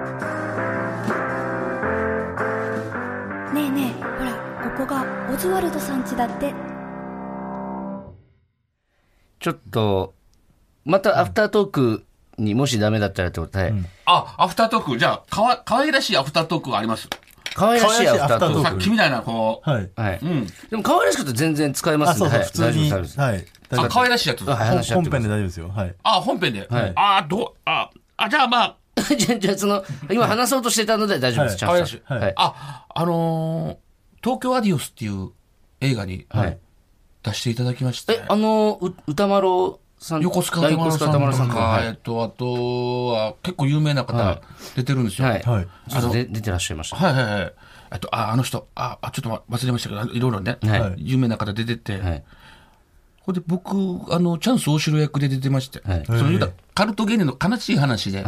ねえねえ、ほらここがオズワルドさん家だって。 ちょっとまたアフタートークにもしダメだったらってことで、 アフタートーク、じゃあかわいらしいアフタートークがあります。 可愛らしいアフタートーク。 さっきみたいなこう、 はい。でも可愛らしくて全然使えますんで、 普通に、はい。 可愛らしいやつ。 本編で大丈夫ですよ。はい。 本編で。はい。じゃあまあ。 じゃあ今話そうとしてたので大丈夫です。 可愛らしい。はい。東京アディオスっていう映画に出していただきまして。 歌丸さん。 横須賀歌丸さんとか、あとは結構有名な方出てるんですよ。はい。 出てらっしゃいました。 はいはいはい。あの人、ちょっと忘れましたけど、いろいろね、有名な方出てて、これで僕、チャンス大城役で出てまして、その言うたカルト芸人の悲しい話で、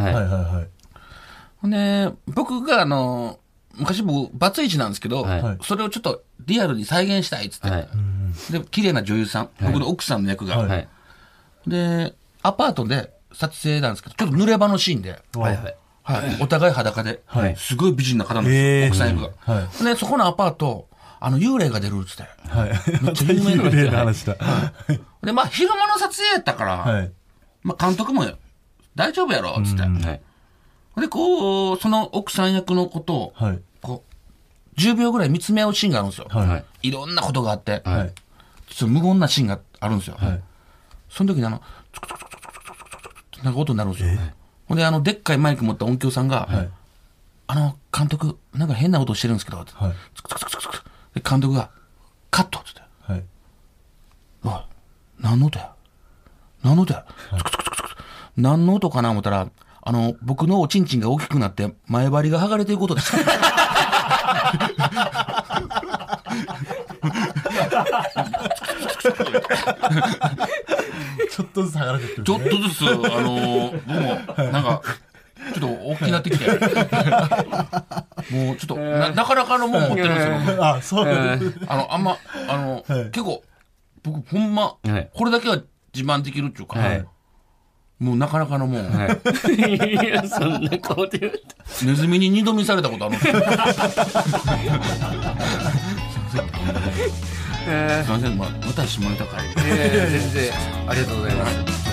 で、僕が昔僕、バツイチなんですけど、それをちょっとリアルに再現したいっつって、で、綺麗な女優さん、僕の奥さんの役が、で、アパートで撮影なんですけど、ちょっと濡れ場のシーンで、お互い裸で、すごい美人な方なんですよ、奥さん役が。で、そこのアパート、幽霊が出るっつって。めっちゃ有名な幽霊の話だ。 で、まあ、昼間の撮影やったから、まあ、監督も大丈夫やろ、つって。で、こう、その奥さん役のことを、こう、10秒ぐらい見つめ合うシーンがあるんですよ。いろんなことがあって、ちょっと無言なシーンがあるんですよ。その時になんか音になるんですよ。ほんで、でっかいマイク持った音響さんが、監督、なんか変な音してるんですけど、で監督が、カットって言って、おい、何の音や何の音や、何の音かな思ったら、僕のおちんちんが大きくなって、前張りが剥がれていくことです。 ちょっとずつ剥がれてくる、 ちょっとずつ、僕も、なんか、ちょっと大きくなってきて、もうちょっと、なかなかのもん持ってるんですよ。 あ、そうあんま、結構、僕ほんま、これだけは自慢できるっていうか、もうなかなかのもん。 いや、そんな顔で言うと。 ネズミに二度見されたことあるんですよ。すいません、また下ネタかい。 全然、ありがとうございます。